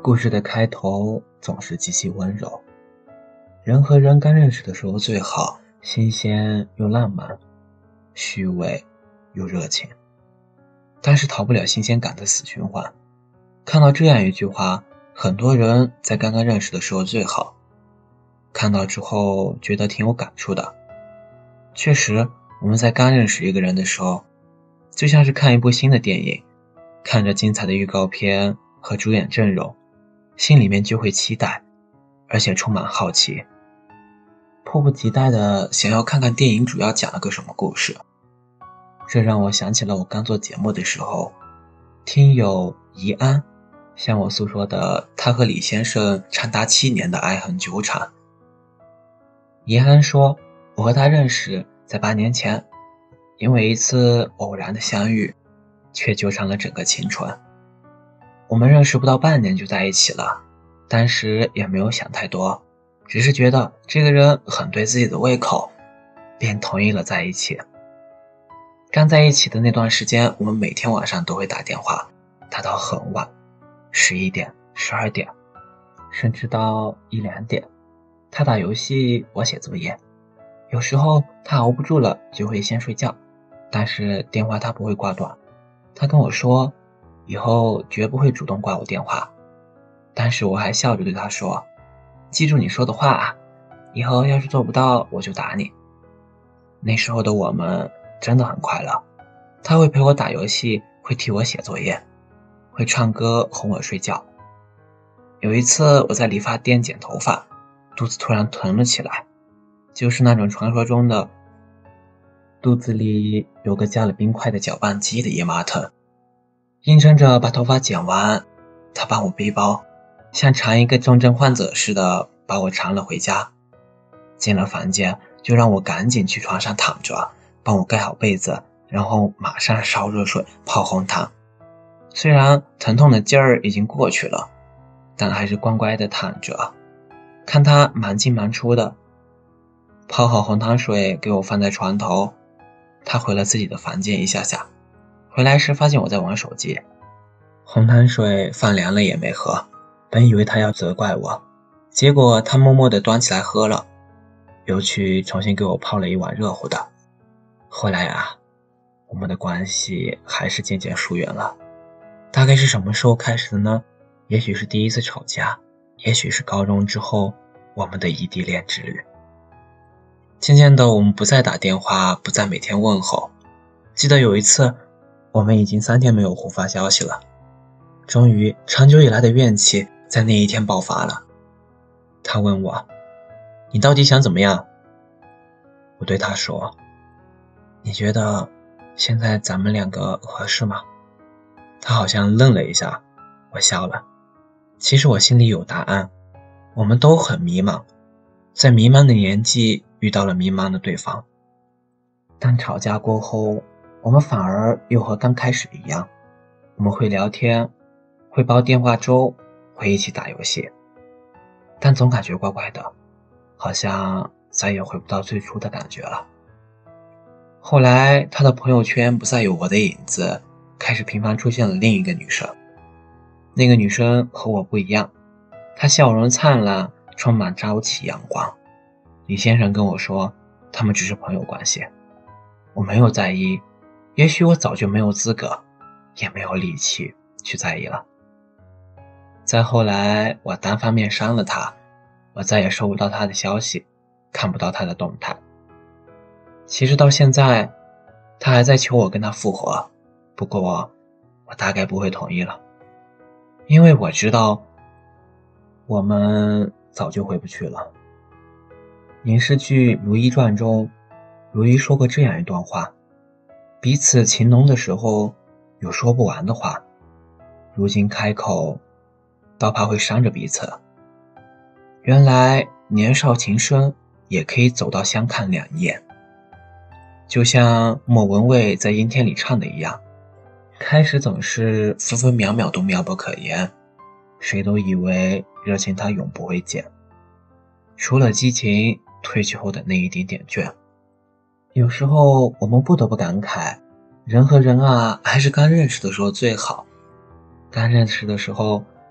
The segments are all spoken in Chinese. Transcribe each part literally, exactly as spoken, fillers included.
故事的开头总是极其温柔，人和人刚认识的时候最好，新鲜又浪漫，虚伪又热情，但是逃不了新鲜感的死循环。看到这样一句话，很多人在刚刚认识的时候最好，看到之后觉得挺有感触的。确实，我们在刚认识一个人的时候，就像是看一部新的电影，看着精彩的预告片和主演阵容，心里面就会期待，而且充满好奇，迫不及待的想要看看电影主要讲了个什么故事。这让我想起了我刚做节目的时候，听友怡安向我诉说的他和李先生长达七年的爱恨纠缠。怡安说，我和他认识在八年前，因为一次偶然的相遇，却纠缠了整个青春。我们认识不到半年就在一起了，当时也没有想太多，只是觉得这个人很对自己的胃口，便同意了在一起。刚在一起的那段时间，我们每天晚上都会打电话，打到很晚，十一点、十二点，甚至到一两点。他打游戏，我写作业。有时候他熬不住了，就会先睡觉，但是电话他不会挂断。他跟我说，以后绝不会主动挂我电话。但是我还笑着对他说，记住你说的话啊，以后要是做不到，我就打你。那时候的我们真的很快乐，他会陪我打游戏，会替我写作业，会唱歌哄我睡觉。有一次我在理发店剪头发，肚子突然疼了起来，就是那种传说中的肚子里有个加了冰块的搅拌机的姨妈疼。硬撑着把头发剪完，他帮我背包，像缠一个重症患者似的把我缠了回家。进了房间就让我赶紧去床上躺着，帮我盖好被子，然后马上烧热水泡红糖。虽然疼痛的劲儿已经过去了，但还是乖乖的躺着，看他忙进忙出的。泡好红糖水给我放在床头，他回了自己的房间一下下，回来时发现我在玩手机。红糖水放凉了也没喝，本以为他要责怪我，结果他默默地端起来喝了，又去重新给我泡了一碗热乎的。后来啊，我们的关系还是渐渐疏远了。大概是什么时候开始的呢？也许是第一次吵架，也许是高中之后我们的异地恋之旅。渐渐的我们不再打电话，不再每天问候。记得有一次我们已经三天没有互发消息了，终于长久以来的怨气在那一天爆发了。他问我，你到底想怎么样？我对他说，你觉得现在咱们两个合适吗？他好像愣了一下，我笑了。其实我心里有答案，我们都很迷茫，在迷茫的年纪遇到了迷茫的对方。但吵架过后，我们反而又和刚开始一样，我们会聊天，会煲电话粥，会一起打游戏，但总感觉怪怪的，好像再也回不到最初的感觉了。后来他的朋友圈不再有我的影子，开始频繁出现了另一个女生。那个女生和我不一样，她笑容灿烂，充满朝气阳光。李先生跟我说，他们只是朋友关系。我没有在意，也许我早就没有资格，也没有力气去在意了。再后来我单方面删了他，我再也收不到他的消息，看不到他的动态。其实到现在他还在求我跟他复合，不过我大概不会同意了，因为我知道我们早就回不去了。影视剧《如懿传》中，如懿说过这样一段话，彼此情浓的时候有说不完的话，如今开口倒怕会伤着彼此。原来年少情深也可以走到相看两厌，就像莫文蔚在阴天里唱的一样，开始总是分分秒秒都妙不可言，谁都以为热情它永不会减，除了激情褪去后的那一点点倦。有时候我们不得不感慨，人和人啊，还是刚认识的时候最好。刚认识的时候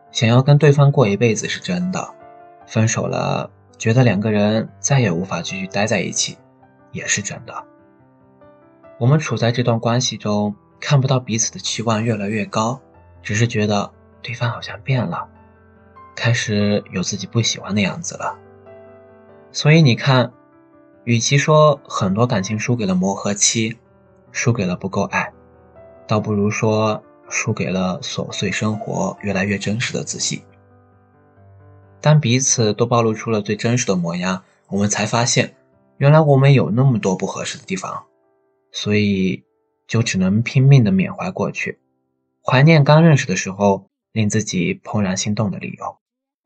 想要跟对方过一辈子是真的，分手了，觉得两个人再也无法继续待在一起，也是真的。我们处在这段关系中，看不到彼此的期望越来越高，只是觉得对方好像变了，开始有自己不喜欢的样子了。所以你看，与其说很多感情输给了磨合期，输给了不够爱，倒不如说输给了琐碎生活越来越真实的自信。当彼此都暴露出了最真实的模样，我们才发现原来我们有那么多不合适的地方，所以就只能拼命地缅怀过去，怀念刚认识的时候令自己怦然心动的理由。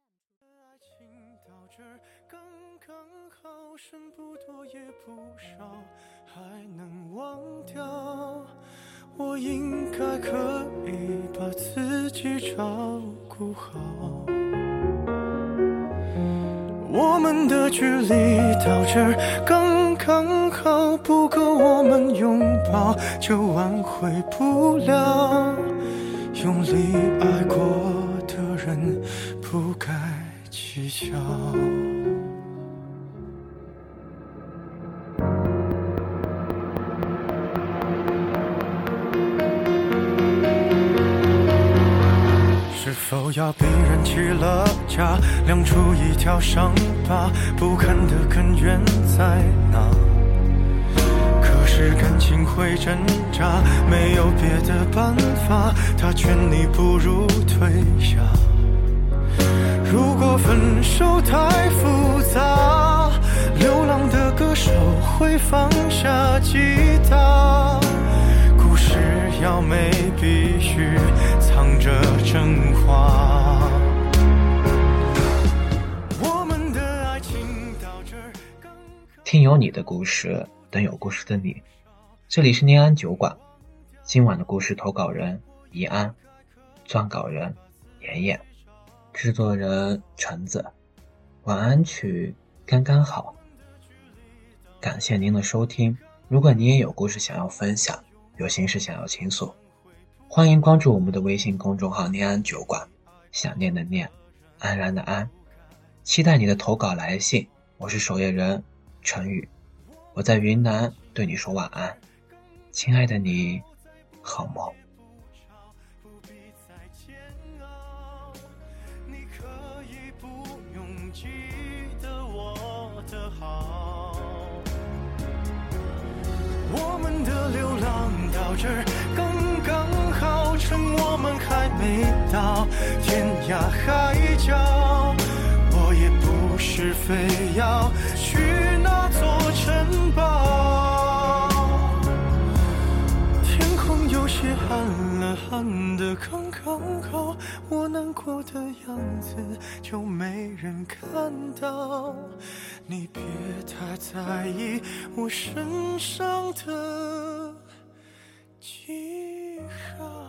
我应该可以把自己照顾好，我们的距离到这儿刚刚好，不够我们拥抱就挽回不了，用力爱过的人不该计较。是否要逼人起了家，亮出一条伤疤，不堪的根源在哪？可是感情会挣扎，没有别的办法，他劝你不如退下。如果分手太复杂，流浪的歌手会放下吉他，故事要美必须藏着真话。我们的爱情到这儿刚刚。 听有你的故事，等有故事的你。这里是念安酒馆，今晚的故事投稿人怡安，撰稿人妍妍，制作人橙子。晚安曲刚刚好。感谢您的收听，如果你也有故事想要分享，有心事想要倾诉，欢迎关注我们的微信公众号念安酒馆，想念的念，安然的安，期待你的投稿来信。我是守夜人陈宇，我在云南对你说晚安，亲爱的你，好梦。 你可以不用记得我的好，我们的流浪到这儿刚刚好，趁我们还没到天涯海角，我也不是非要去那座城堡。天空有些暗了，暗得刚刚好，我难过的样子就没人看到，你别太在意我身上的记号。